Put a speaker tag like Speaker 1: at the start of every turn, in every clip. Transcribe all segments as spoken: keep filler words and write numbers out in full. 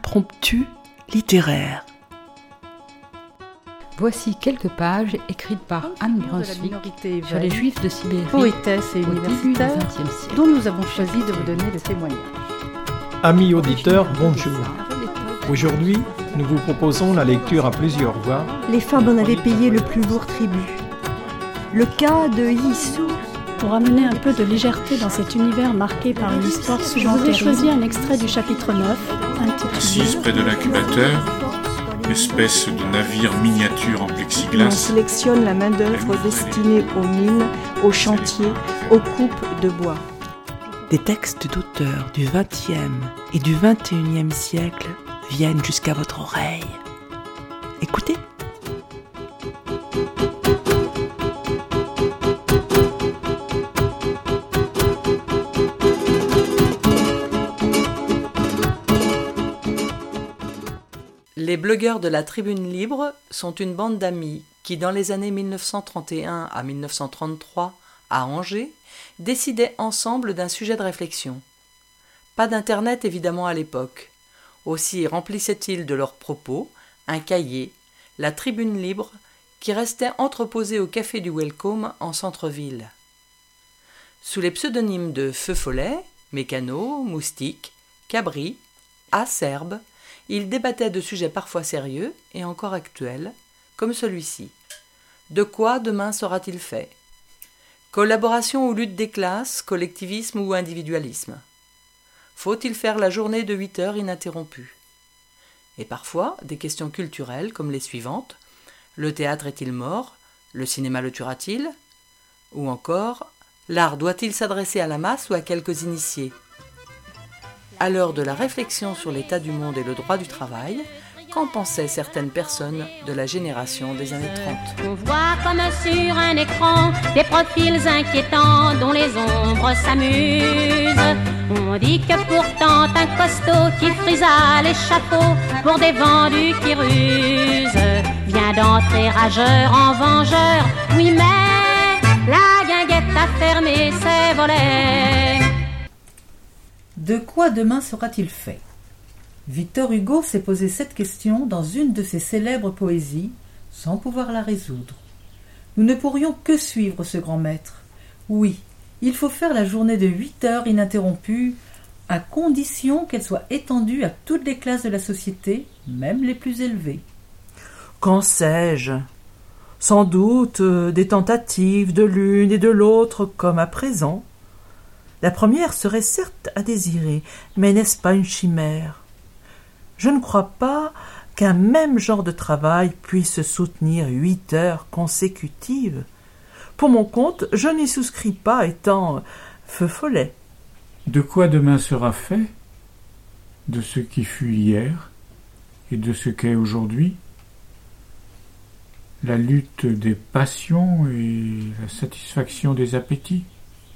Speaker 1: impromptu littéraire.
Speaker 2: Voici quelques pages écrites par Anne Brunswick sur les Juifs de Sibérie,
Speaker 3: poétesse et universitaire, dont nous avons choisi de vous donner le témoignage.
Speaker 4: Amis auditeurs, bonjour. Aujourd'hui, nous vous proposons la lecture à plusieurs voix.
Speaker 5: Les femmes en avaient payé le plus lourd tribut. Le cas de Yissou.
Speaker 6: Pour amener un peu de légèreté dans cet univers marqué par une histoire souvent terrible, je vous ai choisi un extrait du chapitre neuf, intitulé
Speaker 7: Assise près de l'incubateur, espèce de navire miniature en plexiglas.
Speaker 5: On sélectionne la main-d'œuvre destinée aux mines, aux chantiers, aux coupes de bois.
Speaker 1: Des textes d'auteurs du vingtième et du vingt et unième siècle viennent jusqu'à votre oreille. Écoutez.
Speaker 8: Les blogueurs de la Tribune Libre sont une bande d'amis qui, dans les années mille neuf cent trente et un à mille neuf cent trente-trois, à Angers, décidaient ensemble d'un sujet de réflexion. Pas d'internet évidemment à l'époque. Aussi remplissaient-ils de leurs propos un cahier, la Tribune Libre, qui restait entreposé au café du Welcome en centre-ville. Sous les pseudonymes de Feu Follet, Mécano, Moustique, Cabri, Acerbe, ils débattaient de sujets parfois sérieux et encore actuels, comme celui-ci. De quoi demain sera-t-il fait ? Collaboration ou lutte des classes, collectivisme ou individualisme ? Faut-il faire la journée de huit heures ininterrompue ? Et parfois, des questions culturelles comme les suivantes. Le théâtre est-il mort ? Le cinéma le tuera-t-il ? Ou encore, l'art doit-il s'adresser à la masse ou à quelques initiés ? À l'heure de la réflexion sur l'état du monde et le droit du travail, qu'en pensaient certaines personnes de la génération des années trente ?
Speaker 9: On voit comme sur un écran des profils inquiétants dont les ombres s'amusent. On dit que pourtant un costaud qui frise à l'échafaud pour des vendus qui rusent vient d'entrer rageur en vengeur. Oui mais la guinguette a fermé ses volets.
Speaker 10: De quoi demain sera-t-il fait ? Victor Hugo s'est posé cette question dans une de ses célèbres poésies, sans pouvoir la résoudre. Nous ne pourrions que suivre ce grand maître. Oui, il faut faire la journée de huit heures ininterrompue, à condition qu'elle soit étendue à toutes les classes de la société, même les plus élevées.
Speaker 1: Qu'en sais-je ? Sans doute euh, des tentatives de l'une et de l'autre, comme à présent. La première serait certes à désirer, mais n'est-ce pas une chimère ? Je ne crois pas qu'un même genre de travail puisse soutenir huit heures consécutives. Pour mon compte, je n'y souscris pas, étant Feu Follet.
Speaker 7: De quoi demain sera fait ? De ce qui fut hier et de ce qu'est aujourd'hui ? La lutte des passions et la satisfaction des appétits ?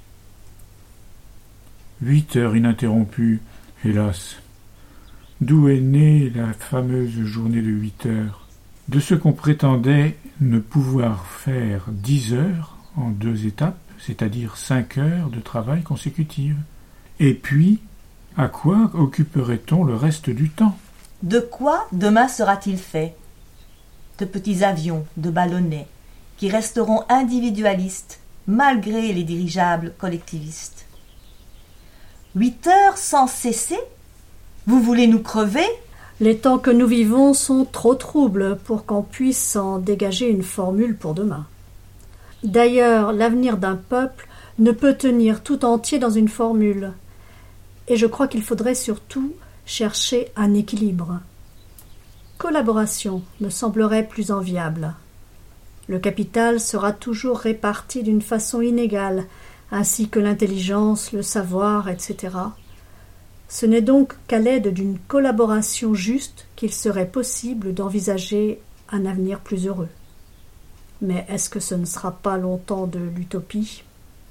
Speaker 7: Huit heures ininterrompues, hélas. D'où est née la fameuse journée de huit heures ? De ce qu'on prétendait ne pouvoir faire dix heures en deux étapes, c'est-à-dire cinq heures de travail consécutives. Et puis, à quoi occuperait-on le reste du temps ?
Speaker 11: De quoi demain sera-t-il fait ? De petits avions, de ballonnets, qui resteront individualistes, malgré les dirigeables collectivistes. Huit heures sans cesser ? Vous voulez nous crever ?
Speaker 6: Les temps que nous vivons sont trop troubles pour qu'on puisse en dégager une formule pour demain. D'ailleurs, l'avenir d'un peuple ne peut tenir tout entier dans une formule. Et je crois qu'il faudrait surtout chercher un équilibre. Collaboration me semblerait plus enviable. Le capital sera toujours réparti d'une façon inégale, ainsi que l'intelligence, le savoir, et cetera. Ce n'est donc qu'à l'aide d'une collaboration juste qu'il serait possible d'envisager un avenir plus heureux. Mais est-ce que ce ne sera pas longtemps de l'utopie ?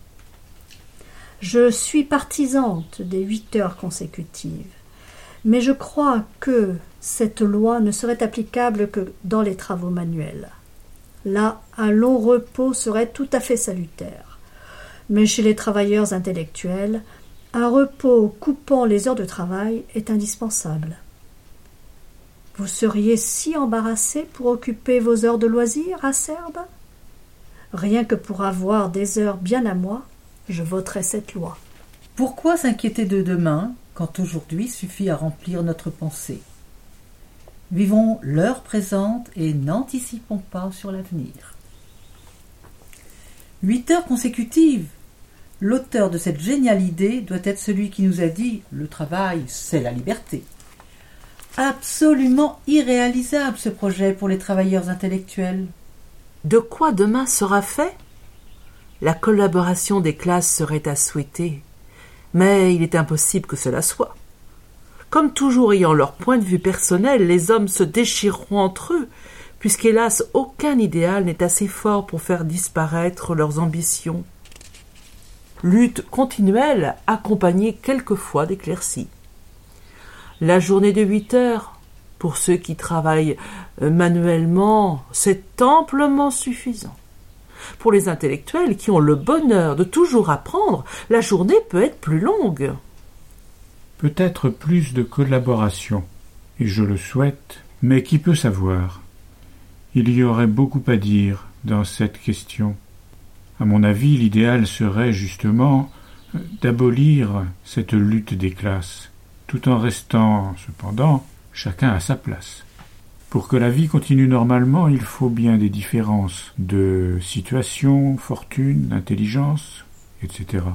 Speaker 6: Je suis partisante des huit heures consécutives, mais je crois que cette loi ne serait applicable que dans les travaux manuels. Là, un long repos serait tout à fait salutaire. Mais chez les travailleurs intellectuels, un repos coupant les heures de travail est indispensable. Vous seriez si embarrassé pour occuper vos heures de loisirs, acerbe ? Rien que pour avoir des heures bien à moi, je voterai cette loi.
Speaker 10: Pourquoi s'inquiéter de demain quand aujourd'hui suffit à remplir notre pensée ? Vivons l'heure présente et n'anticipons pas sur l'avenir. Huit heures consécutives. L'auteur de cette géniale idée doit être celui qui nous a dit « le travail, c'est la liberté ». Absolument irréalisable ce projet pour les travailleurs intellectuels.
Speaker 1: De quoi demain sera fait ? La collaboration des classes serait à souhaiter, mais il est impossible que cela soit. Comme toujours ayant leur point de vue personnel, les hommes se déchireront entre eux, puisqu'hélas aucun idéal n'est assez fort pour faire disparaître leurs ambitions. Lutte continuelle accompagnée quelquefois d'éclaircies. La journée de huit heures, pour ceux qui travaillent manuellement, c'est amplement suffisant. Pour les intellectuels qui ont le bonheur de toujours apprendre, la journée peut être plus longue.
Speaker 7: Peut-être plus de collaboration, et je le souhaite, mais qui peut savoir ? Il y aurait beaucoup à dire dans cette question. À mon avis, l'idéal serait justement d'abolir cette lutte des classes, tout en restant, cependant, chacun à sa place. Pour que la vie continue normalement, il faut bien des différences de situation, fortune, d'intelligence, et cetera.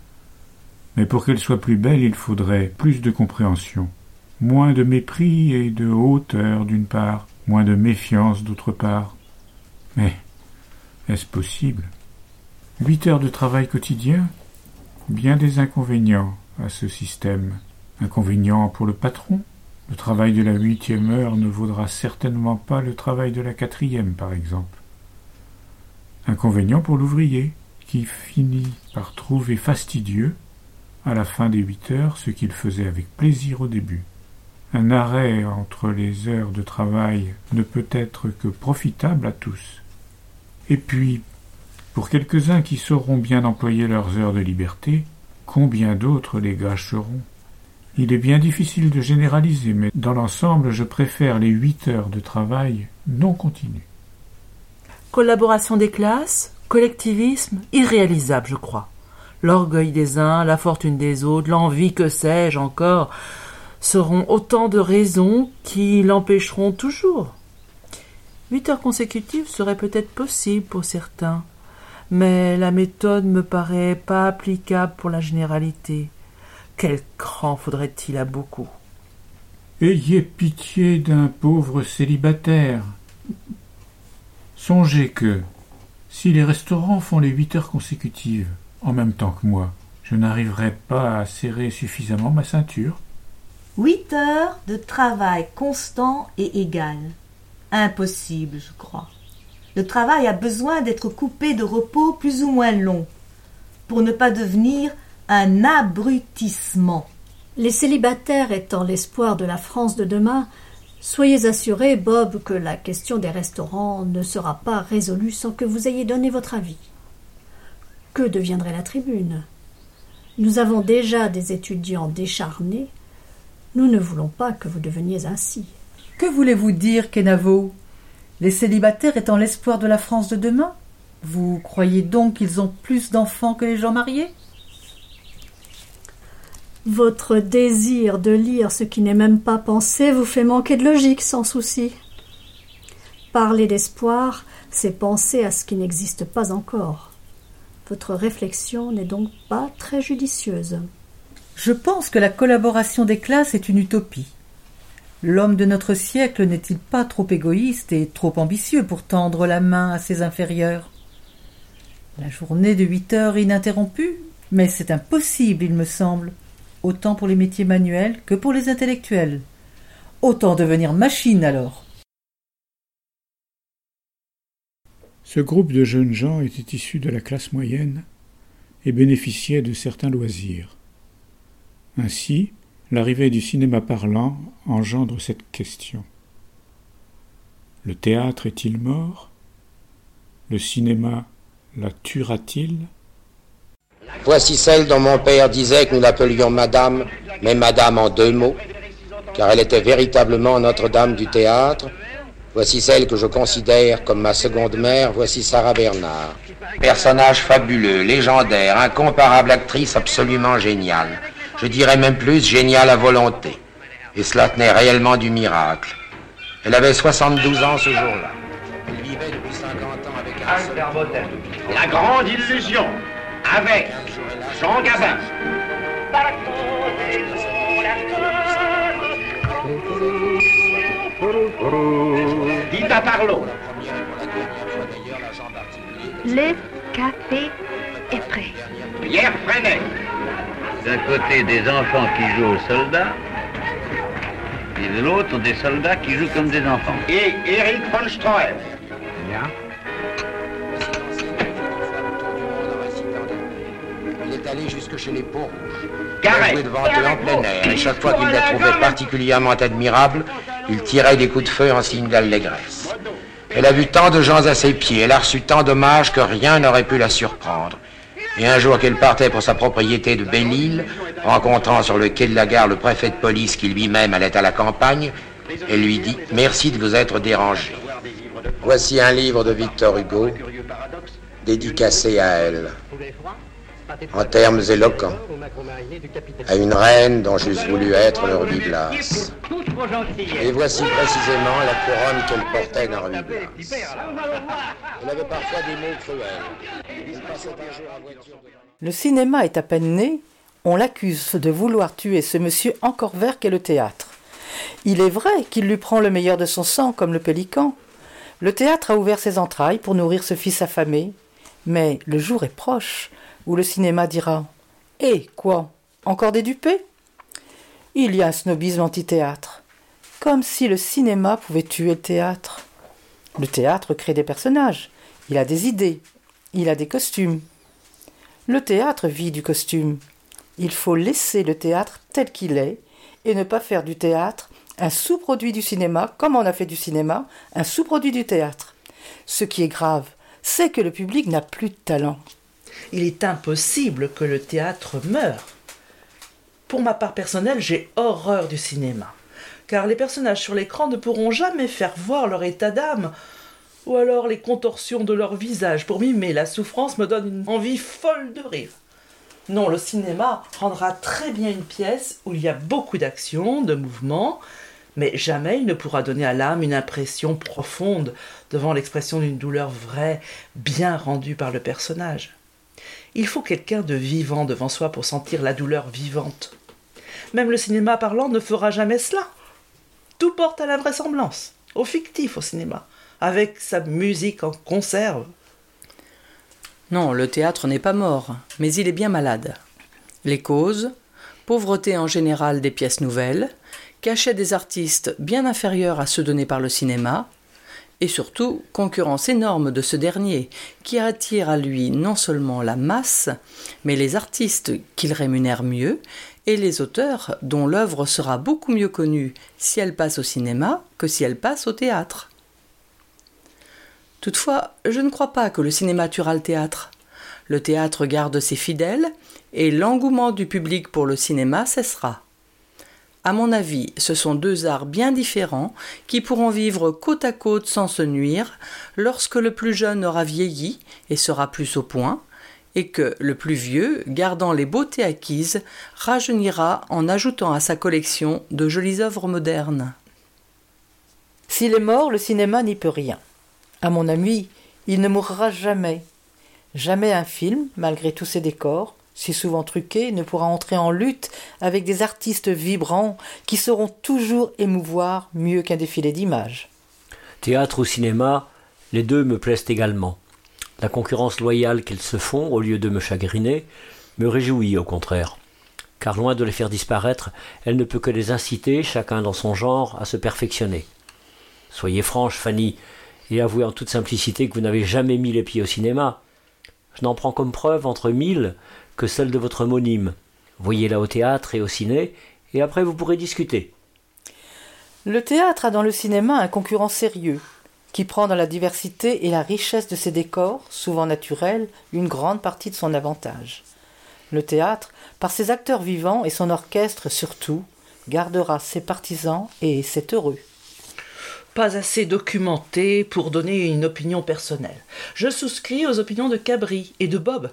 Speaker 7: Mais pour qu'elle soit plus belle, il faudrait plus de compréhension, moins de mépris et de hauteur d'une part, moins de méfiance d'autre part. Mais est-ce possible ? Huit heures de travail quotidien ? Bien des inconvénients à ce système. Inconvénients pour le patron. Le travail de la huitième heure ne vaudra certainement pas le travail de la quatrième, par exemple. Inconvénients pour l'ouvrier, qui finit par trouver fastidieux, à la fin des huit heures, ce qu'il faisait avec plaisir au début. Un arrêt entre les heures de travail ne peut être que profitable à tous. Et puis, pour quelques-uns qui sauront bien employer leurs heures de liberté, combien d'autres les gâcheront ? Il est bien difficile de généraliser, mais dans l'ensemble, je préfère les huit heures de travail non continu.
Speaker 1: Collaboration des classes, collectivisme, irréalisable, je crois. L'orgueil des uns, la fortune des autres, l'envie, que sais-je encore, seront autant de raisons qui l'empêcheront toujours. Huit heures consécutives seraient peut-être possibles pour certains, mais la méthode me paraît pas applicable pour la généralité. Quel cran faudrait-il à beaucoup ?
Speaker 7: Ayez pitié d'un pauvre célibataire. Songez que, si les restaurants font les huit heures consécutives, en même temps que moi, je n'arriverai pas à serrer suffisamment ma ceinture.
Speaker 11: Huit heures de travail constant et égal. Impossible, je crois. Le travail a besoin d'être coupé de repos plus ou moins long, pour ne pas devenir un abrutissement.
Speaker 6: Les célibataires étant l'espoir de la France de demain, soyez assuré, Bob, que la question des restaurants ne sera pas résolue sans que vous ayez donné votre avis. Que deviendrait la tribune ? Nous avons déjà des étudiants décharnés. Nous ne voulons pas que vous deveniez ainsi.
Speaker 10: Que voulez-vous dire, Kenavo ? Les célibataires étant l'espoir de la France de demain ? Vous croyez donc qu'ils ont plus d'enfants que les gens mariés ?
Speaker 6: Votre désir de lire ce qui n'est même pas pensé vous fait manquer de logique, sans souci. Parler d'espoir, c'est penser à ce qui n'existe pas encore. Votre réflexion n'est donc pas très judicieuse.
Speaker 10: Je pense que la collaboration des classes est une utopie. L'homme de notre siècle n'est-il pas trop égoïste et trop ambitieux pour tendre la main à ses inférieurs ? La journée de huit heures ininterrompue ? Mais c'est impossible, il me semble, autant pour les métiers manuels que pour les intellectuels. Autant devenir machine alors.
Speaker 7: Ce groupe de jeunes gens était issu de la classe moyenne et bénéficiait de certains loisirs. Ainsi, l'arrivée du cinéma parlant engendre cette question. Le théâtre est-il mort ? Le cinéma la tuera-t-il ?
Speaker 12: Voici celle dont mon père disait que nous l'appelions madame, mais madame en deux mots, car elle était véritablement Notre-Dame du théâtre. Voici celle que je considère comme ma seconde mère, voici Sarah Bernard. Personnage fabuleux, légendaire, incomparable actrice absolument géniale. Je dirais même plus, géniale à volonté. Et cela tenait réellement du miracle. Elle avait soixante-douze ans ce jour-là. Elle vivait depuis cinquante ans avec un seul...
Speaker 13: La grande illusion, avec Jean Gabin. Dita Parlo.
Speaker 14: Le café est prêt.
Speaker 13: Pierre Freinet.
Speaker 15: D'un côté des enfants qui jouent aux soldats, et de l'autre des soldats qui jouent comme des enfants.
Speaker 13: Et Eric von Stroheim.
Speaker 15: Bien.
Speaker 12: Il est allé jusque chez les Peaux Rouges.
Speaker 13: Il
Speaker 12: a joué devant eux en plein air, et chaque fois qu'il la trouvait particulièrement admirable, il tirait des coups de feu en signe d'allégresse. Elle a vu tant de gens à ses pieds, elle a reçu tant d'hommages que rien n'aurait pu la surprendre. Et un jour qu'elle partait pour sa propriété de Belle-Île, rencontrant sur le quai de la gare le préfet de police qui lui-même allait à la campagne, elle lui dit « Merci de vous être dérangé. Voici un livre de Victor Hugo, dédicacé à elle, en termes éloquents, à une reine dont j'eusse voulu être le rubis Blas. Et voici précisément la couronne qu'elle portait d'un rubis Blas. Elle avait parfois des mots cruels. Elle passait un jour en voiture de...
Speaker 10: Le cinéma est à peine né, on l'accuse de vouloir tuer ce monsieur encore vert qu'est le théâtre. Il est vrai qu'il lui prend le meilleur de son sang, comme le pélican. Le théâtre a ouvert ses entrailles pour nourrir ce fils affamé. Mais le jour est proche où le cinéma dira « Eh, quoi, encore des dupés ?» Il y a un snobisme anti-théâtre, comme si le cinéma pouvait tuer le théâtre. Le théâtre crée des personnages, il a des idées, il a des costumes. Le théâtre vit du costume. Il faut laisser le théâtre tel qu'il est et ne pas faire du théâtre un sous-produit du cinéma, comme on a fait du cinéma un sous-produit du théâtre. Ce qui est grave, c'est que le public n'a plus de talent.
Speaker 1: Il est impossible que le théâtre meure. Pour ma part personnelle, j'ai horreur du cinéma, car les personnages sur l'écran ne pourront jamais faire voir leur état d'âme, ou alors les contorsions de leur visage pour mimer la souffrance me donne une envie folle de rire. Non, le cinéma rendra très bien une pièce où il y a beaucoup d'action, de mouvement, mais jamais il ne pourra donner à l'âme une impression profonde devant l'expression d'une douleur vraie, bien rendue par le personnage. Il faut quelqu'un de vivant devant soi pour sentir la douleur vivante. Même le cinéma parlant ne fera jamais cela. Tout porte à la vraisemblance, au fictif au cinéma, avec sa musique en conserve.
Speaker 8: Non, le théâtre n'est pas mort, mais il est bien malade. Les causes, pauvreté en général des pièces nouvelles, cachet des artistes bien inférieurs à ceux donnés par le cinéma, et surtout concurrence énorme de ce dernier, qui attire à lui non seulement la masse, mais les artistes qu'il rémunère mieux, et les auteurs dont l'œuvre sera beaucoup mieux connue si elle passe au cinéma que si elle passe au théâtre. Toutefois, je ne crois pas que le cinéma tuera le théâtre. Le théâtre garde ses fidèles, et l'engouement du public pour le cinéma cessera. À mon avis, ce sont deux arts bien différents qui pourront vivre côte à côte sans se nuire lorsque le plus jeune aura vieilli et sera plus au point, et que le plus vieux, gardant les beautés acquises, rajeunira en ajoutant à sa collection de jolies œuvres modernes.
Speaker 10: S'il est mort, le cinéma n'y peut rien. À mon avis, il ne mourra jamais. Jamais un film, malgré tous ses décors, si souvent truqués, ne pourra entrer en lutte avec des artistes vibrants qui sauront toujours émouvoir mieux qu'un défilé d'images.
Speaker 16: Théâtre ou cinéma, les deux me plaisent également. La concurrence loyale qu'elles se font, au lieu de me chagriner, me réjouit au contraire. Car loin de les faire disparaître, elle ne peut que les inciter, chacun dans son genre, à se perfectionner. Soyez franche, Fanny, et avouez en toute simplicité que vous n'avez jamais mis les pieds au cinéma. Je n'en prends comme preuve entre mille que celle de votre homonyme. Voyez-la au théâtre et au ciné, et après vous pourrez discuter.
Speaker 10: Le théâtre a dans le cinéma un concurrent sérieux, qui prend dans la diversité et la richesse de ses décors, souvent naturels, une grande partie de son avantage. Le théâtre, par ses acteurs vivants et son orchestre surtout, gardera ses partisans et c'est heureux.
Speaker 1: Pas assez documenté pour donner une opinion personnelle. Je souscris aux opinions de Cabri et de Bob.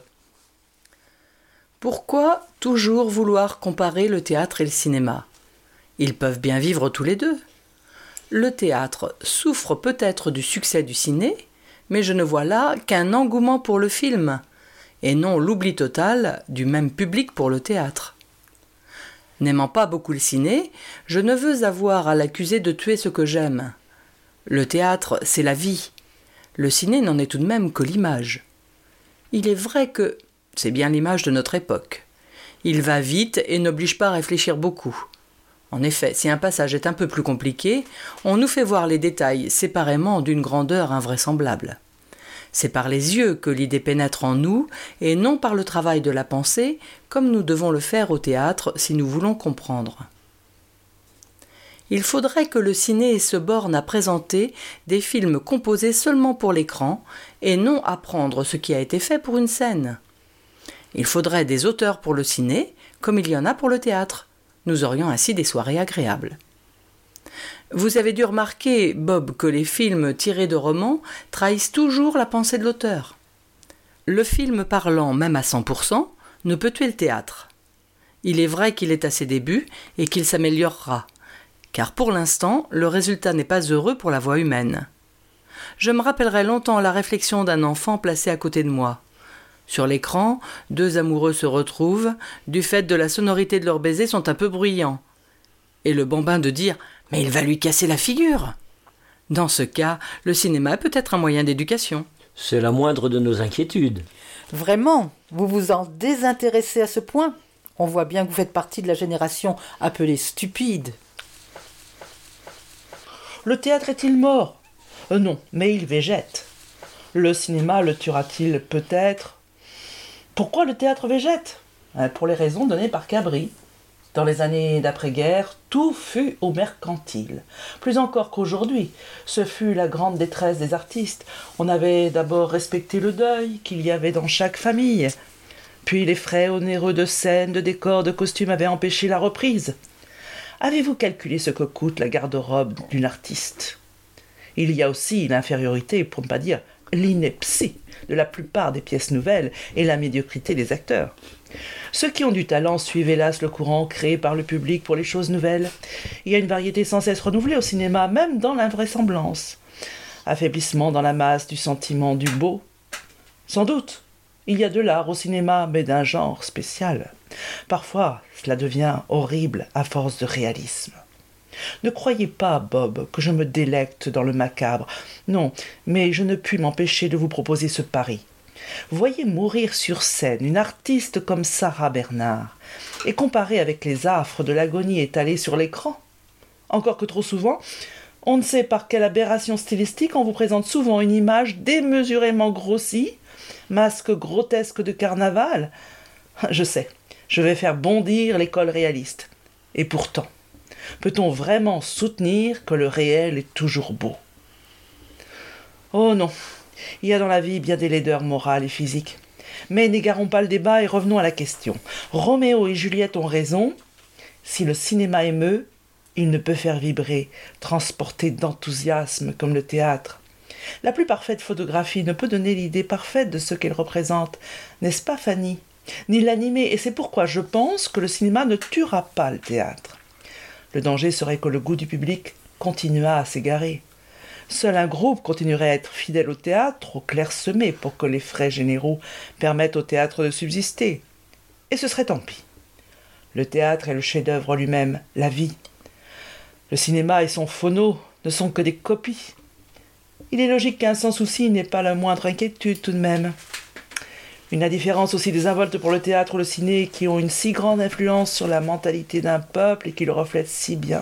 Speaker 8: Pourquoi toujours vouloir comparer le théâtre et le cinéma ? Ils peuvent bien vivre tous les deux. Le théâtre souffre peut-être du succès du ciné, mais je ne vois là qu'un engouement pour le film, et non l'oubli total du même public pour le théâtre. N'aimant pas beaucoup le ciné, je ne veux avoir à l'accuser de tuer ce que j'aime. Le théâtre, c'est la vie. Le ciné n'en est tout de même que l'image. Il est vrai que c'est bien l'image de notre époque. Il va vite et n'oblige pas à réfléchir beaucoup. En effet, si un passage est un peu plus compliqué, on nous fait voir les détails séparément d'une grandeur invraisemblable. C'est par les yeux que l'idée pénètre en nous, et non par le travail de la pensée, comme nous devons le faire au théâtre si nous voulons comprendre. Il faudrait que le ciné se borne à présenter des films composés seulement pour l'écran, et non à prendre ce qui a été fait pour une scène. Il faudrait des auteurs pour le ciné, comme il y en a pour le théâtre. Nous aurions ainsi des soirées agréables. Vous avez dû remarquer, Bob, que les films tirés de romans trahissent toujours la pensée de l'auteur. Le film parlant, même à cent pour cent, ne peut tuer le théâtre. Il est vrai qu'il est à ses débuts et qu'il s'améliorera, car pour l'instant, le résultat n'est pas heureux pour la voix humaine. Je me rappellerai longtemps la réflexion d'un enfant placé à côté de moi. Sur l'écran, deux amoureux se retrouvent, du fait de la sonorité de leurs baisers sont un peu bruyants. Et le bambin de dire « Mais il va lui casser la figure !» Dans ce cas, le cinéma peut être un moyen d'éducation.
Speaker 16: C'est la moindre de nos inquiétudes.
Speaker 10: Vraiment, vous vous en désintéressez à ce point ? On voit bien que vous faites partie de la génération appelée stupide.
Speaker 1: Le théâtre est-il mort ? euh, Non, mais il végète. Le cinéma le tuera-t-il peut-être ? Pourquoi le théâtre végète ? Pour les raisons données par Cabri. Dans les années d'après-guerre, tout fut au mercantile. Plus encore qu'aujourd'hui, ce fut la grande détresse des artistes. On avait d'abord respecté le deuil qu'il y avait dans chaque famille. Puis les frais onéreux de scènes, de décors, de costumes avaient empêché la reprise. Avez-vous calculé ce que coûte la garde-robe d'une artiste ? Il y a aussi l'infériorité, pour ne pas dire l'ineptie, de la plupart des pièces nouvelles et la médiocrité des acteurs. Ceux qui ont du talent suivent hélas le courant créé par le public pour les choses nouvelles. Il y a une variété sans cesse renouvelée au cinéma, même dans l'invraisemblance. Affaiblissement dans la masse du sentiment du beau. Sans doute, il y a de l'art au cinéma, mais d'un genre spécial. Parfois, cela devient horrible à force de réalisme. Ne croyez pas, Bob, que je me délecte dans le macabre. Non, mais je ne puis m'empêcher de vous proposer ce pari. Voyez mourir sur scène une artiste comme Sarah Bernard, et comparez avec les affres de l'agonie étalée sur l'écran. Encore que trop souvent, on ne sait par quelle aberration stylistique on vous présente souvent une image démesurément grossie, masque grotesque de carnaval. Je sais, je vais faire bondir l'école réaliste. Et pourtant, peut-on vraiment soutenir que le réel est toujours beau ? Oh non, il y a dans la vie bien des laideurs morales et physiques. Mais n'égarons pas le débat et revenons à la question. Roméo et Juliette ont raison. Si le cinéma émeut, il ne peut faire vibrer, transporter d'enthousiasme comme le théâtre. La plus parfaite photographie ne peut donner l'idée parfaite de ce qu'elle représente, n'est-ce pas, Fanny ? Ni l'animer, et c'est pourquoi je pense que le cinéma ne tuera pas le théâtre. Le danger serait que le goût du public continuât à s'égarer. Seul un groupe continuerait à être fidèle au théâtre, au clairsemé, pour que les frais généraux permettent au théâtre de subsister. Et ce serait tant pis. Le théâtre est le chef-d'œuvre lui-même, la vie. Le cinéma et son phono ne sont que des copies. Il est logique qu'un sans-souci n'ait pas la moindre inquiétude tout de même. Une indifférence aussi désinvolte pour le théâtre ou le ciné qui ont une si grande influence sur la mentalité d'un peuple et qui le reflètent si bien.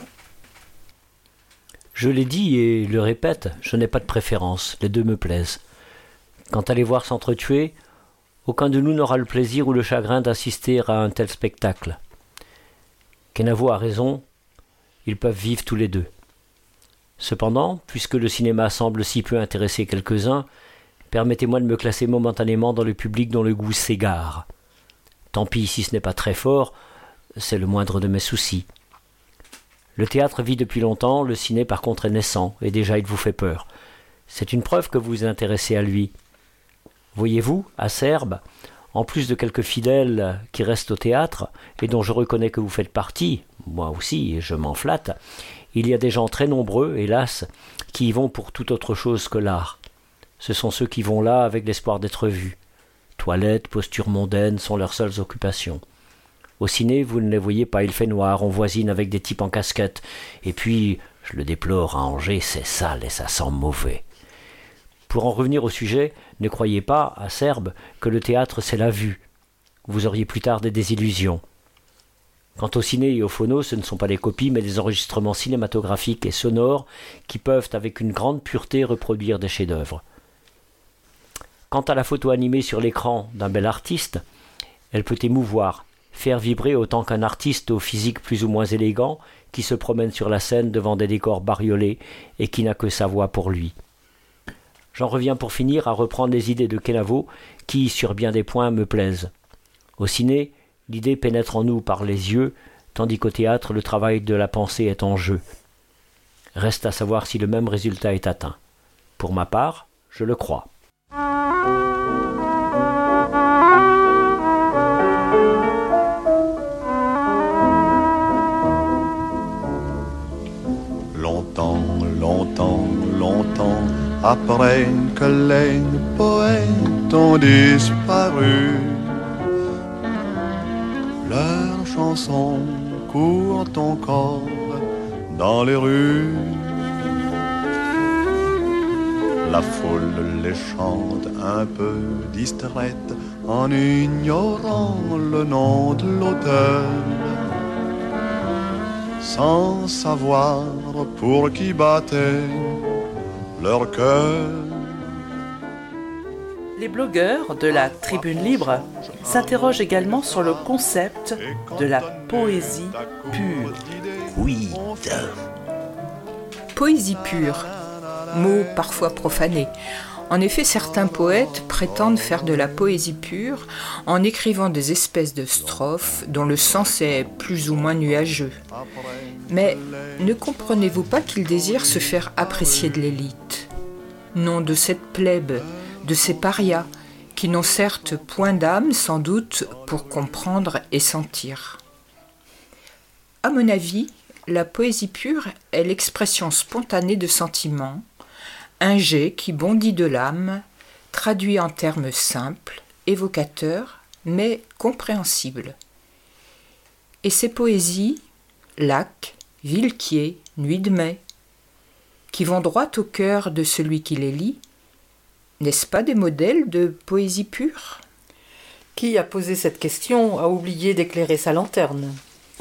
Speaker 16: Je l'ai dit et le répète, je n'ai pas de préférence, les deux me plaisent. Quant à les voir s'entretuer, aucun de nous n'aura le plaisir ou le chagrin d'assister à un tel spectacle. Kenavo a raison, ils peuvent vivre tous les deux. Cependant, puisque le cinéma semble si peu intéresser quelques-uns, permettez-moi de me classer momentanément dans le public dont le goût s'égare. Tant pis si ce n'est pas très fort, c'est le moindre de mes soucis. Le théâtre vit depuis longtemps, le ciné par contre est naissant, et déjà il vous fait peur. C'est une preuve que vous vous intéressez à lui. Voyez-vous, à Serbe, en plus de quelques fidèles qui restent au théâtre, et dont je reconnais que vous faites partie, moi aussi, et je m'en flatte, il y a des gens très nombreux, hélas, qui y vont pour toute autre chose que l'art. Ce sont ceux qui vont là avec l'espoir d'être vus. Toilettes, postures mondaines sont leurs seules occupations. Au ciné, vous ne les voyez pas, il fait noir, on voisine avec des types en casquette. Et puis, je le déplore, à Angers, c'est sale et ça sent mauvais. Pour en revenir au sujet, ne croyez pas, à Serbe, que le théâtre c'est la vue. Vous auriez plus tard des désillusions. Quant au ciné et au phono, ce ne sont pas des copies, mais des enregistrements cinématographiques et sonores qui peuvent, avec une grande pureté, reproduire des chefs-d'œuvre. Quant à la photo animée sur l'écran d'un bel artiste, elle peut émouvoir, faire vibrer autant qu'un artiste au physique plus ou moins élégant qui se promène sur la scène devant des décors bariolés et qui n'a que sa voix pour lui. J'en reviens pour finir à reprendre les idées de Kenavo qui, sur bien des points, me plaisent. Au ciné, l'idée pénètre en nous par les yeux, tandis qu'au théâtre, le travail de la pensée est en jeu. Reste à savoir si le même résultat est atteint. Pour ma part, je le crois.
Speaker 17: Longtemps, longtemps, longtemps, après que les poètes ont disparu, leurs chansons courent encore dans les rues. La foule les chante un peu distraite en ignorant le nom de l'auteur, sans savoir pour qui battait leur cœur.
Speaker 1: Les blogueurs de la Tribune Libre s'interrogent également sur le concept de la poésie pure.
Speaker 18: Oui.
Speaker 19: Poésie pure, mot parfois profané. En effet, certains poètes prétendent faire de la poésie pure en écrivant des espèces de strophes dont le sens est plus ou moins nuageux. Mais ne comprenez-vous pas qu'ils désirent se faire apprécier de l'élite? Non, de cette plèbe, de ces parias, qui n'ont certes point d'âme, sans doute, pour comprendre et sentir. À mon avis, la poésie pure est l'expression spontanée de sentiments, un jet qui bondit de l'âme, traduit en termes simples, évocateurs, mais compréhensibles. Et ces poésies, lac, Villequier, Nuit de mai, qui vont droit au cœur de celui qui les lit, n'est-ce pas des modèles de poésie pure?
Speaker 10: Qui a posé cette question a oublié d'éclairer sa lanterne.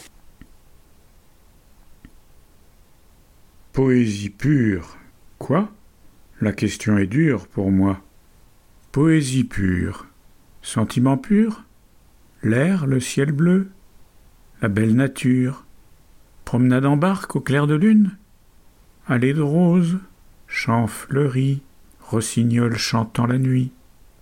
Speaker 7: Poésie pure, quoi? La question est dure pour moi. Poésie pure, sentiment pur, l'air, le ciel bleu, la belle nature, promenade en barque au clair de lune, allée de roses, champs fleuris, rossignol chantant la nuit.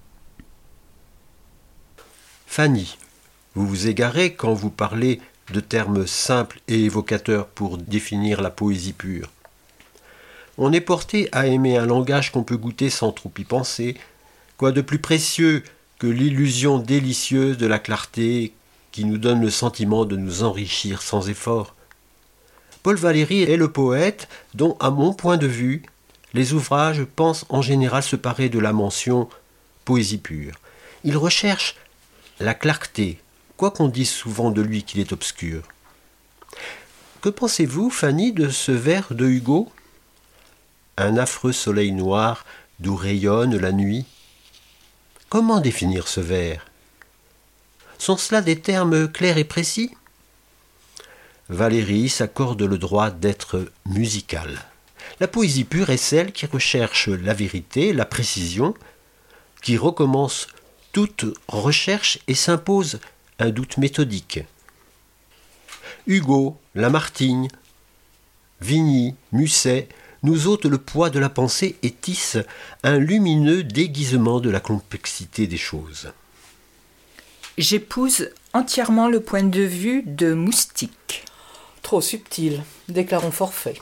Speaker 18: Fanny, vous vous égarez quand vous parlez de termes simples et évocateurs pour définir la poésie pure. On est porté à aimer un langage qu'on peut goûter sans trop y penser. Quoi de plus précieux que l'illusion délicieuse de la clarté qui nous donne le sentiment de nous enrichir sans effort? Paul Valéry est le poète dont, à mon point de vue, les ouvrages pensent en général se parer de la mention poésie pure. Il recherche la clarté, quoi qu'on dise souvent de lui qu'il est obscur. Que pensez-vous, Fanny, de ce vers de Hugo ? Un affreux soleil noir d'où rayonne la nuit. Comment définir ce vers? Sont-ce là des termes clairs et précis? Valéry s'accorde le droit d'être musical. La poésie pure est celle qui recherche la vérité, la précision, qui recommence toute recherche et s'impose un doute méthodique. Hugo, Lamartine, Vigny, Musset nous ôtent le poids de la pensée et tissent un lumineux déguisement de la complexité des choses.
Speaker 19: J'épouse entièrement le point de vue de Moustique.
Speaker 8: Trop subtil. Déclarons forfait.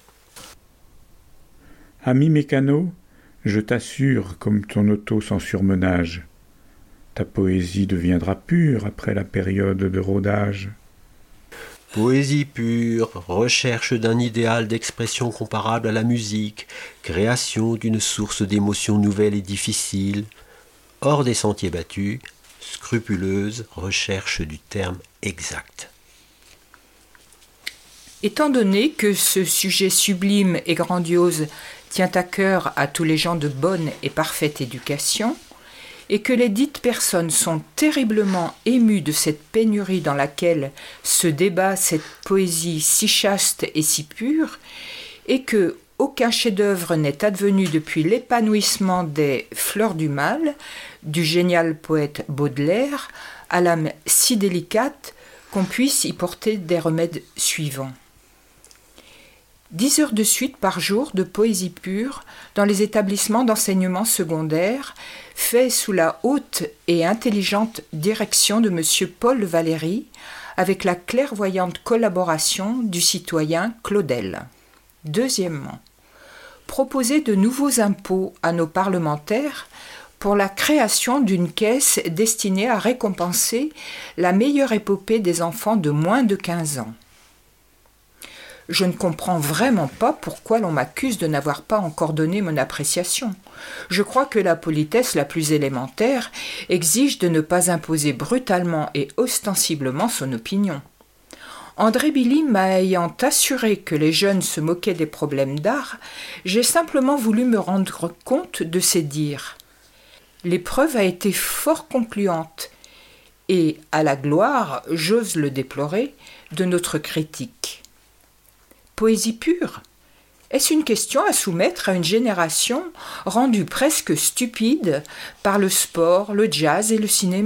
Speaker 7: Ami mécano, je t'assure, comme ton auto sans surmenage, ta poésie deviendra pure après la période de rodage.
Speaker 18: Poésie pure, recherche d'un idéal d'expression comparable à la musique, création d'une source d'émotions nouvelles et difficiles, hors des sentiers battus, scrupuleuse recherche du terme exact.
Speaker 19: Étant donné que ce sujet sublime et grandiose tient à cœur à tous les gens de bonne et parfaite éducation, et que les dites personnes sont terriblement émues de cette pénurie dans laquelle se débat cette poésie si chaste et si pure, et que aucun chef-d'œuvre n'est advenu depuis l'épanouissement des Fleurs du Mal, du génial poète Baudelaire, à l'âme si délicate qu'on puisse y porter des remèdes suivants. Dix heures de suite par jour de poésie pure dans les établissements d'enseignement secondaire, fait sous la haute et intelligente direction de M. Paul Valéry, avec la clairvoyante collaboration du citoyen Claudel. Deuxièmement, proposer de nouveaux impôts à nos parlementaires pour la création d'une caisse destinée à récompenser la meilleure épopée des enfants de moins de quinze ans. Je ne comprends vraiment pas pourquoi l'on m'accuse de n'avoir pas encore donné mon appréciation. Je crois que la politesse la plus élémentaire exige de ne pas imposer brutalement et ostensiblement son opinion. André Billy m'ayant assuré que les jeunes se moquaient des problèmes d'art, j'ai simplement voulu me rendre compte de ces dires. L'épreuve a été fort concluante, et à la gloire, j'ose le déplorer, de notre critique. Poésie pure ? Est-ce une question à soumettre à une génération rendue presque stupide par le sport, le jazz et le cinéma ?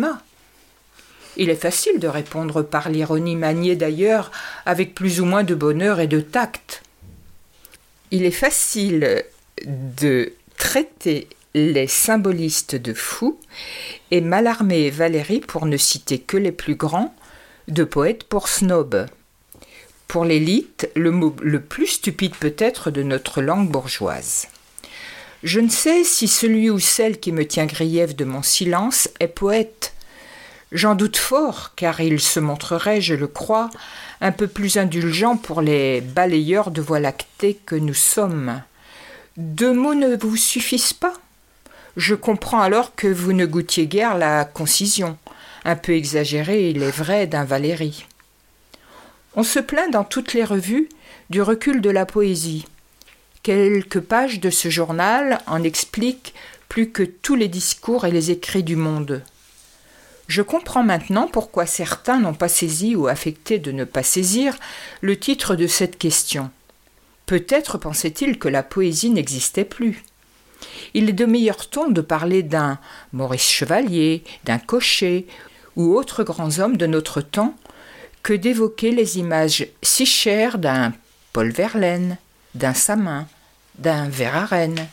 Speaker 19: Il est facile de répondre par l'ironie maniée d'ailleurs avec plus ou moins de bonheur et de tact. Il est facile de traiter les symbolistes de fous et Mallarmé et Valéry, pour ne citer que les plus grands, de poètes pour snobs. Pour l'élite, le mot le plus stupide peut-être de notre langue bourgeoise. Je ne sais si celui ou celle qui me tient grief de mon silence est poète. J'en doute fort, car il se montrerait, je le crois, un peu plus indulgent pour les balayeurs de voie lactée que nous sommes. Deux mots ne vous suffisent pas ? Je comprends alors que vous ne goûtiez guère la concision, un peu exagérée, il est vrai, d'un Valéry. On se plaint dans toutes les revues du recul de la poésie. Quelques pages de ce journal en expliquent plus que tous les discours et les écrits du monde. Je comprends maintenant pourquoi certains n'ont pas saisi ou affecté de ne pas saisir le titre de cette question. Peut-être pensaient-ils que la poésie n'existait plus. Il est de meilleur ton de parler d'un Maurice Chevalier, d'un Cochet ou autres grands hommes de notre temps que d'évoquer les images si chères d'un Paul Verlaine, d'un Samin, d'un Verhaeren.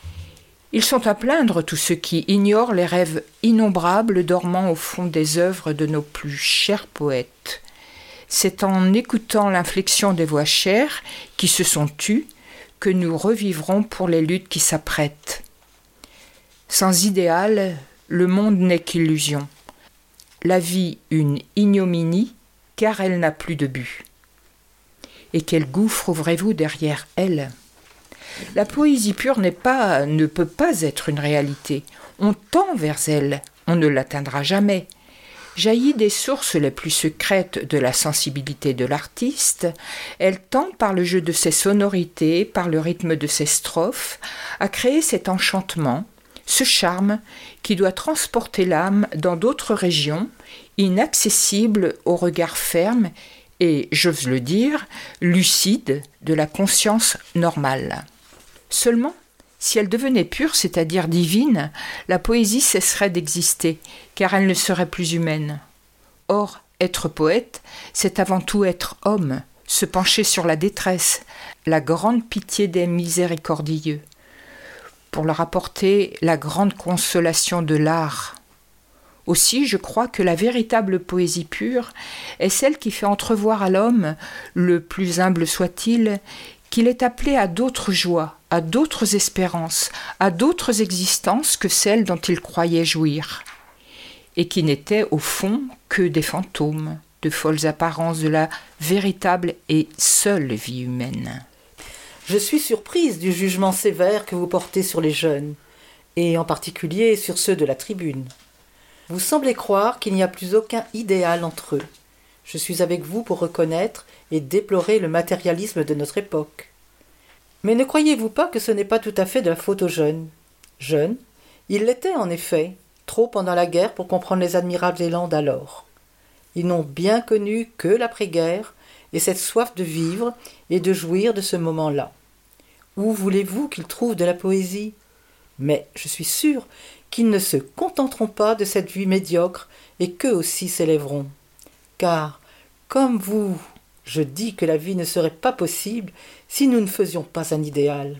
Speaker 19: Ils sont à plaindre tous ceux qui ignorent les rêves innombrables dormant au fond des œuvres de nos plus chers poètes. C'est en écoutant l'inflexion des voix chères qui se sont tues que nous revivrons pour les luttes qui s'apprêtent. Sans idéal, le monde n'est qu'illusion. La vie une ignominie, car elle n'a plus de but. Et quel gouffre ouvrez-vous derrière elle ? La poésie pure n'est pas, ne peut pas être une réalité. On tend vers elle, on ne l'atteindra jamais. Jaillit des sources les plus secrètes de la sensibilité de l'artiste, elle tend par le jeu de ses sonorités, par le rythme de ses strophes, à créer cet enchantement, ce charme qui doit transporter l'âme dans d'autres régions, inaccessibles au regard ferme et, j'ose le dire, lucide de la conscience normale. Seulement, si elle devenait pure, c'est-à-dire divine, la poésie cesserait d'exister, car elle ne serait plus humaine. Or, être poète, c'est avant tout être homme, se pencher sur la détresse, la grande pitié des miséricordieux, pour leur apporter la grande consolation de l'art. Aussi, je crois que la véritable poésie pure est celle qui fait entrevoir à l'homme, le plus humble soit-il, qu'il est appelé à d'autres joies, à d'autres espérances, à d'autres existences que celles dont il croyait jouir, et qui n'étaient au fond que des fantômes, de folles apparences de la véritable et seule vie humaine.
Speaker 1: Je suis surprise du jugement sévère que vous portez sur les jeunes, et en particulier sur ceux de la tribune. Vous semblez croire qu'il n'y a plus aucun idéal entre eux. Je suis avec vous pour reconnaître et déplorer le matérialisme de notre époque. Mais ne croyez-vous pas que ce n'est pas tout à fait de la faute aux jeunes ? Jeunes, ils l'étaient en effet, trop pendant la guerre pour comprendre les admirables élans d'alors. Ils n'ont bien connu que l'après-guerre et cette soif de vivre et de jouir de ce moment-là. Où voulez-vous qu'ils trouvent de la poésie ? Mais je suis sûre qu'ils ne se contenteront pas de cette vie médiocre et qu'eux aussi s'élèveront. Car, comme vous, je dis que la vie ne serait pas possible si nous ne faisions pas un idéal.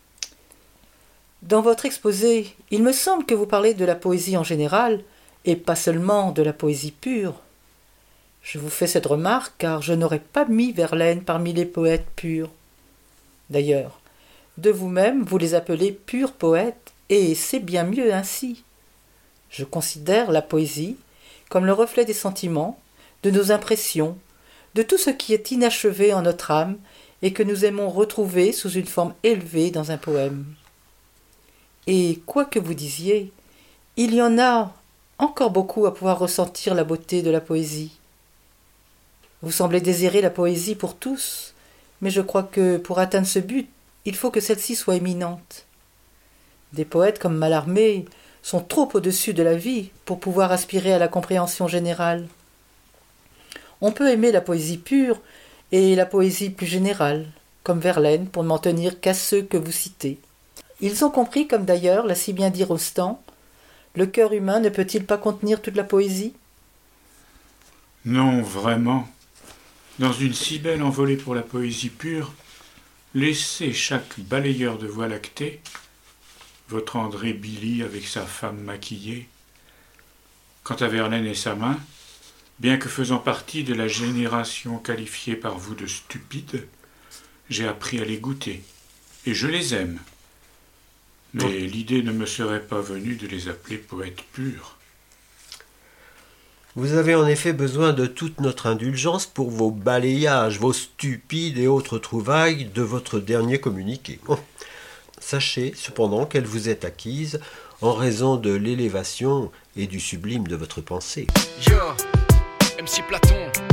Speaker 1: Dans votre exposé, il me semble que vous parlez de la poésie en général, et pas seulement de la poésie pure. Je vous fais cette remarque car je n'aurais pas mis Verlaine parmi les poètes purs. D'ailleurs, de vous-même, vous les appelez purs poètes, et c'est bien mieux ainsi. Je considère la poésie comme le reflet des sentiments, de nos impressions, de tout ce qui est inachevé en notre âme et que nous aimons retrouver sous une forme élevée dans un poème. Et quoi que vous disiez, il y en a encore beaucoup à pouvoir ressentir la beauté de la poésie. Vous semblez désirer la poésie pour tous, mais je crois que pour atteindre ce but, il faut que celle-ci soit éminente. Des poètes comme Mallarmé sont trop au-dessus de la vie pour pouvoir aspirer à la compréhension générale. On peut aimer la poésie pure et la poésie plus générale, comme Verlaine, pour ne m'en tenir qu'à ceux que vous citez. Ils ont compris, comme d'ailleurs l'a si bien dit Rostand, le cœur humain ne peut-il pas contenir toute la poésie ?
Speaker 7: Non, vraiment. Dans une si belle envolée pour la poésie pure, laissez chaque balayeur de voie lactée, votre André Billy avec sa femme maquillée. Quant à Verlaine et sa main, bien que faisant partie de la génération qualifiée par vous de stupide, j'ai appris à les goûter, et je les aime. Mais bon. L'idée ne me serait pas venue de les appeler poètes purs.
Speaker 18: Vous avez en effet besoin de toute notre indulgence pour vos balayages, vos stupides et autres trouvailles de votre dernier communiqué. Bon. Sachez cependant qu'elle vous est acquise en raison de l'élévation et du sublime de votre pensée.
Speaker 20: Yo, M C Platon.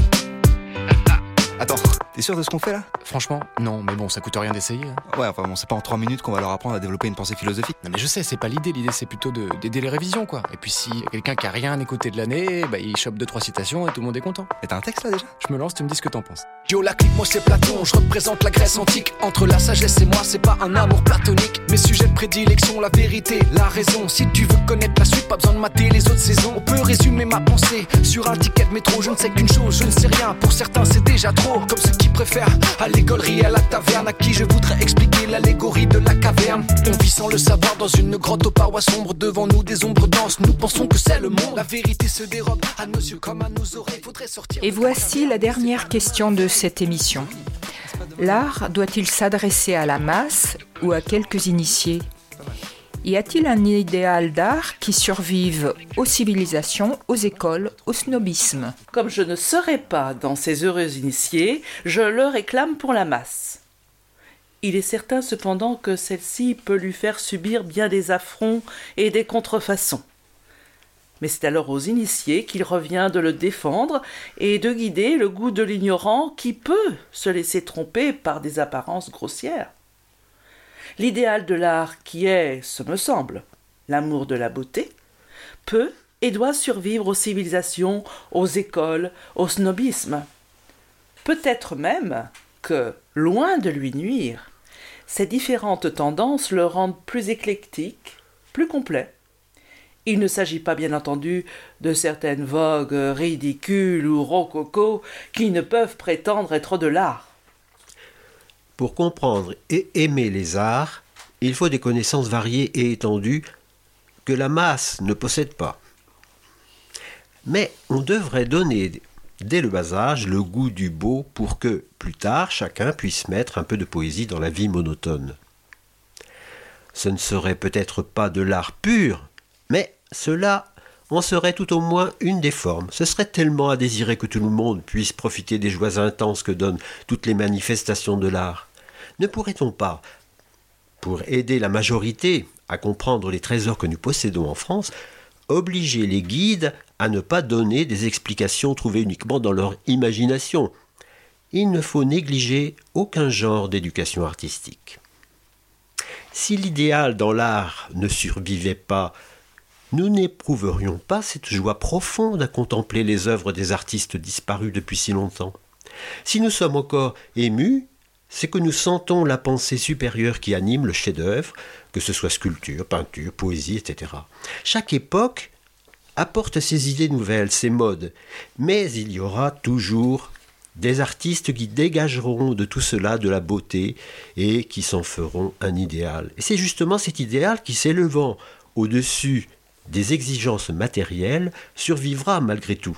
Speaker 21: Attends, t'es sûr de ce qu'on fait là ?
Speaker 20: Franchement, non, mais bon, ça coûte rien d'essayer. Hein.
Speaker 21: Ouais, enfin bon, c'est pas en trois minutes qu'on va leur apprendre à développer une pensée philosophique.
Speaker 20: Non mais je sais, c'est pas l'idée, l'idée c'est plutôt de, d'aider les révisions quoi. Et puis si y a quelqu'un qui a rien écouté de l'année, bah il chope deux trois citations et tout le monde est content.
Speaker 21: Et t'as un texte là déjà ?
Speaker 20: Je me lance, tu me dis ce que t'en penses. Yo la clique, moi c'est Platon, je représente la Grèce antique. Entre la sagesse et moi, c'est pas un amour platonique. Mes sujets de prédilection, la vérité, la raison. Si tu veux connaître la suite, pas besoin de mater les autres saisons. On peut résumer ma pensée sur un ticket de métro. Je ne sais qu'une chose, je ne sais rien. Pour certains c'est déjà trop, comme ceux qui préfèrent à l'écolerie, à la taverne, à qui je voudrais expliquer l'allégorie de la caverne. On vit sans le savoir dans une grotte aux parois sombres. Devant nous des ombres denses, nous pensons que c'est le monde. La vérité se dérobe à nos yeux comme à nos oreilles. Faudrait sortir.
Speaker 19: Et voici la dernière question de cette émission. L'art doit-il s'adresser à la masse ou à quelques initiés ? Y a-t-il un idéal d'art qui survive aux civilisations, aux écoles, au snobisme ?
Speaker 22: Comme je ne serai pas dans ces heureux initiés, je le réclame pour la masse. Il est certain cependant que celle-ci peut lui faire subir bien des affronts et des contrefaçons. Mais c'est alors aux initiés qu'il revient de le défendre et de guider le goût de l'ignorant qui peut se laisser tromper par des apparences grossières. L'idéal de l'art qui est, ce me semble, l'amour de la beauté, peut et doit survivre aux civilisations, aux écoles, au snobisme. Peut-être même que, loin de lui nuire, ces différentes tendances le rendent plus éclectique, plus complet. Il ne s'agit pas bien entendu de certaines vogues ridicules ou rococo qui ne peuvent prétendre être de l'art.
Speaker 18: Pour comprendre et aimer les arts, il faut des connaissances variées et étendues que la masse ne possède pas. Mais on devrait donner dès le bas âge le goût du beau pour que, plus tard, chacun puisse mettre un peu de poésie dans la vie monotone. Ce ne serait peut-être pas de l'art pur, mais cela en serait tout au moins une des formes. Ce serait tellement à désirer que tout le monde puisse profiter des joies intenses que donnent toutes les manifestations de l'art. Ne pourrait-on pas, pour aider la majorité à comprendre les trésors que nous possédons en France, obliger les guides à ne pas donner des explications trouvées uniquement dans leur imagination? Il ne faut négliger aucun genre d'éducation artistique. Si l'idéal dans l'art ne survivait pas, nous n'éprouverions pas cette joie profonde à contempler les œuvres des artistes disparus depuis si longtemps. Si nous sommes encore émus, c'est que nous sentons la pensée supérieure qui anime le chef-d'œuvre, que ce soit sculpture, peinture, poésie, et cetera. Chaque époque apporte ses idées nouvelles, ses modes, mais il y aura toujours des artistes qui dégageront de tout cela de la beauté et qui s'en feront un idéal. Et c'est justement cet idéal qui, s'élevant au-dessus des exigences matérielles, survivra malgré tout.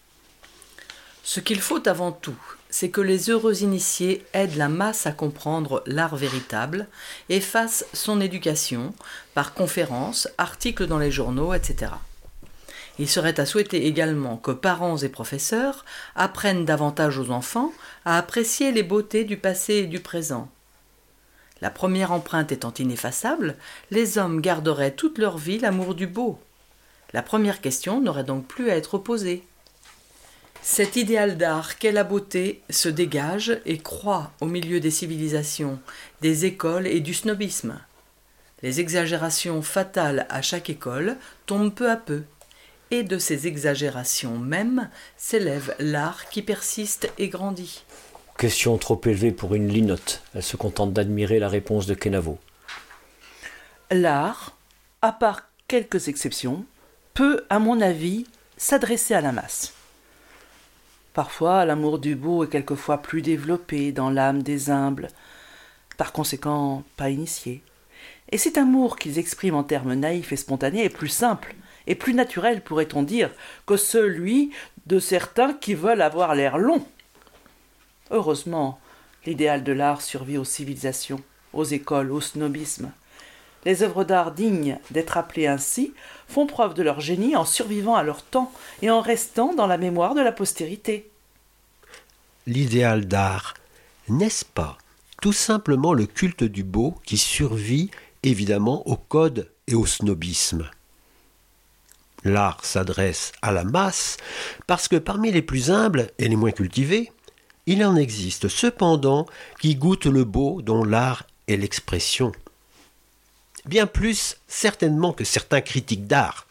Speaker 8: Ce qu'il faut avant tout, c'est que les heureux initiés aident la masse à comprendre l'art véritable et fassent son éducation par conférences, articles dans les journaux, et cetera. Il serait à souhaiter également que parents et professeurs apprennent davantage aux enfants à apprécier les beautés du passé et du présent. La première empreinte étant ineffaçable, les hommes garderaient toute leur vie l'amour du beau. La première question n'aurait donc plus à être posée. Cet idéal d'art qu'est la beauté se dégage et croît au milieu des civilisations, des écoles et du snobisme. Les exagérations fatales à chaque école tombent peu à peu. Et de ces exagérations mêmes s'élève l'art qui persiste et grandit.
Speaker 16: Question trop élevée pour une linotte. Elle se contente d'admirer la réponse de Kenavo.
Speaker 22: L'art, à part quelques exceptions, peut, à mon avis, s'adresser à la masse. Parfois, l'amour du beau est quelquefois plus développé dans l'âme des humbles, par conséquent pas initiés. Et cet amour qu'ils expriment en termes naïfs et spontanés est plus simple et plus naturel, pourrait-on dire, que celui de certains qui veulent avoir l'air long. Heureusement, l'idéal de l'art survit aux civilisations, aux écoles, au snobisme. Les œuvres d'art dignes d'être appelées ainsi font preuve de leur génie en survivant à leur temps et en restant dans la mémoire de la postérité.
Speaker 18: L'idéal d'art, n'est-ce pas tout simplement le culte du beau qui survit évidemment au code et au snobisme? L'art s'adresse à la masse parce que parmi les plus humbles et les moins cultivés, il en existe cependant qui goûtent le beau dont l'art est l'expression. Bien plus certainement que certains critiques d'art.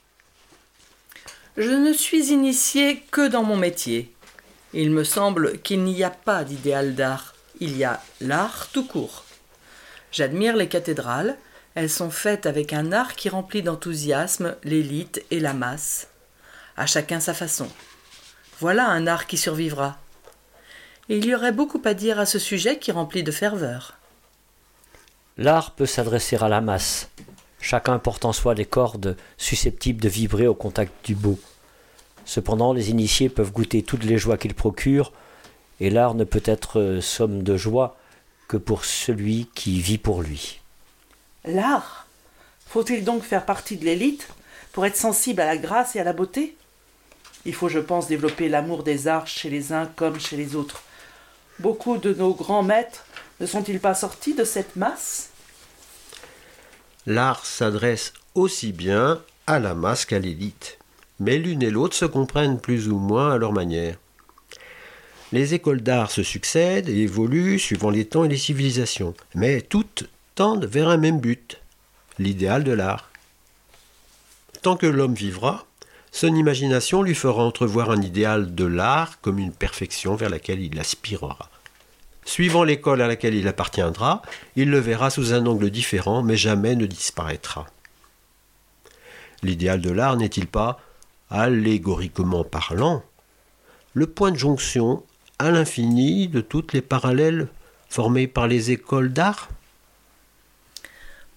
Speaker 8: Je ne suis initié que dans mon métier. Il me semble qu'il n'y a pas d'idéal d'art, il y a l'art tout court. J'admire les cathédrales. Elles sont faites avec un art qui remplit d'enthousiasme l'élite et la masse. À chacun sa façon. Voilà un art qui survivra. Et il y aurait beaucoup à dire à ce sujet qui remplit de ferveur.
Speaker 16: L'art peut s'adresser à la masse. Chacun porte en soi des cordes susceptibles de vibrer au contact du beau. Cependant, les initiés peuvent goûter toutes les joies qu'il procure, et l'art ne peut être somme de joie que pour celui qui vit pour lui.
Speaker 22: L'art? Faut-il donc faire partie de l'élite pour être sensible à la grâce et à la beauté? Il faut, je pense, développer l'amour des arts chez les uns comme chez les autres. Beaucoup de nos grands maîtres ne sont-ils pas sortis de cette masse?
Speaker 18: L'art s'adresse aussi bien à la masse qu'à l'élite, mais l'une et l'autre se comprennent plus ou moins à leur manière. Les écoles d'art se succèdent et évoluent suivant les temps et les civilisations, mais toutes tendent vers un même but, l'idéal de l'art. Tant que l'homme vivra, son imagination lui fera entrevoir un idéal de l'art comme une perfection vers laquelle il aspirera. Suivant l'école à laquelle il appartiendra, il le verra sous un angle différent, mais jamais ne disparaîtra. L'idéal de l'art n'est-il pas, allégoriquement parlant, le point de jonction à l'infini de toutes les parallèles formés par les écoles d'art?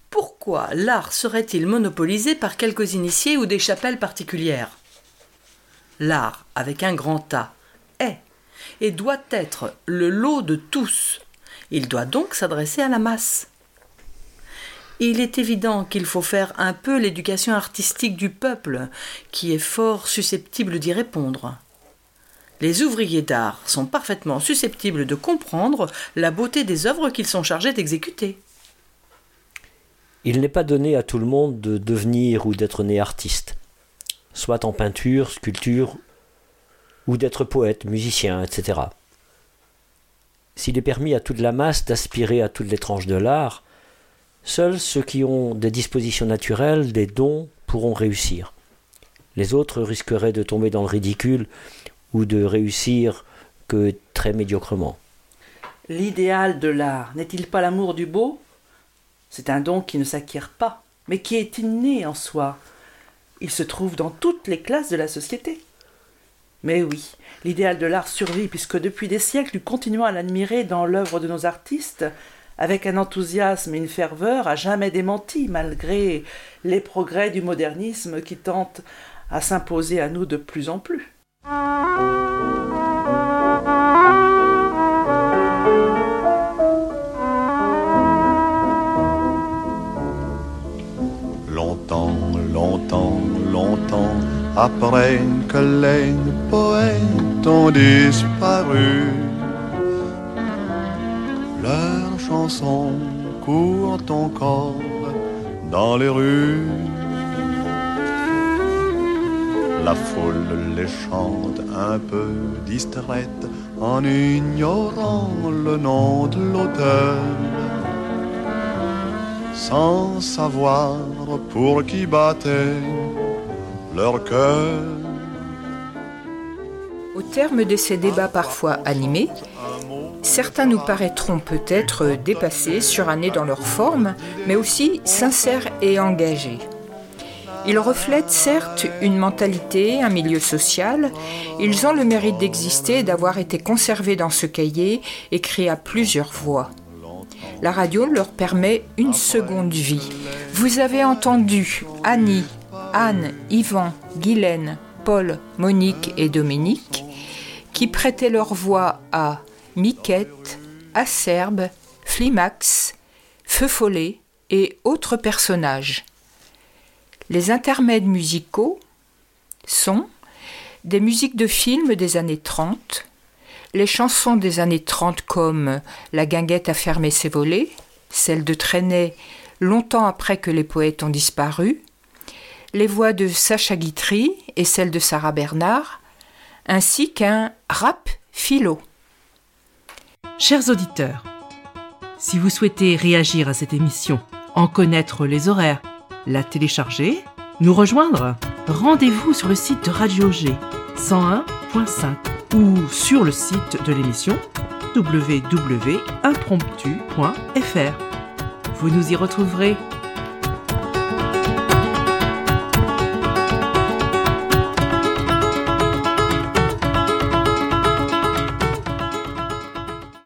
Speaker 8: Pourquoi l'art serait-il monopolisé par quelques initiés ou des chapelles particulières? l'art avec un grand A, est et doit être le lot de tous. Il doit donc s'adresser à la masse. Il est évident qu'il faut faire un peu l'éducation artistique du peuple, qui est fort susceptible d'y répondre. Les ouvriers d'art sont parfaitement susceptibles de comprendre la beauté des œuvres qu'ils sont chargés d'exécuter.
Speaker 16: Il n'est pas donné à tout le monde de devenir ou d'être né artiste, soit en peinture, sculpture, ou d'être poète, musicien, et cetera. S'il est permis à toute la masse d'aspirer à toutes les tranches de l'art, seuls ceux qui ont des dispositions naturelles, des dons, pourront réussir. Les autres risqueraient de tomber dans le ridicule ou de réussir que très médiocrement.
Speaker 22: L'idéal de l'art n'est-il pas l'amour du beau ? C'est un don qui ne s'acquiert pas, mais qui est inné en soi. Il se trouve dans toutes les classes de la société. Mais oui, l'idéal de l'art survit puisque depuis des siècles nous continuons à l'admirer dans l'œuvre de nos artistes avec un enthousiasme et une ferveur à jamais démentis malgré les progrès du modernisme qui tentent à s'imposer à nous de plus en plus.
Speaker 17: Longtemps, longtemps, longtemps, après que les poètes ont disparu, leurs chansons courent encore dans les rues. La foule les chante un peu distraite en ignorant le nom de l'auteur, sans savoir pour qui battait leur cœur.
Speaker 19: Au terme de ces débats parfois animés, certains nous paraîtront peut-être dépassés, surannés dans leur forme, mais aussi sincères et engagés. Ils reflètent certes une mentalité, un milieu social. Ils ont le mérite d'exister et d'avoir été conservés dans ce cahier, écrit à plusieurs voix. La radio leur permet une seconde vie. Vous avez entendu Annie, Anne, Yvan, Guylaine, Paul, Monique et Dominique qui prêtaient leur voix à Miquette, Acerbe, Flimax, Feu Follet et autres personnages. Les intermèdes musicaux sont des musiques de films des années trente, les chansons des années trente comme « La guinguette a fermé ses volets », celle de Trenet longtemps après que les poètes ont disparu, les voix de Sacha Guitry et celles de Sarah Bernard, ainsi qu'un rap philo.
Speaker 1: Chers auditeurs, si vous souhaitez réagir à cette émission, en connaître les horaires, la télécharger, nous rejoindre, rendez-vous sur le site de Radio G cent un point cinq ou sur le site de l'émission w w w point impromptu point f r. Vous nous y retrouverez.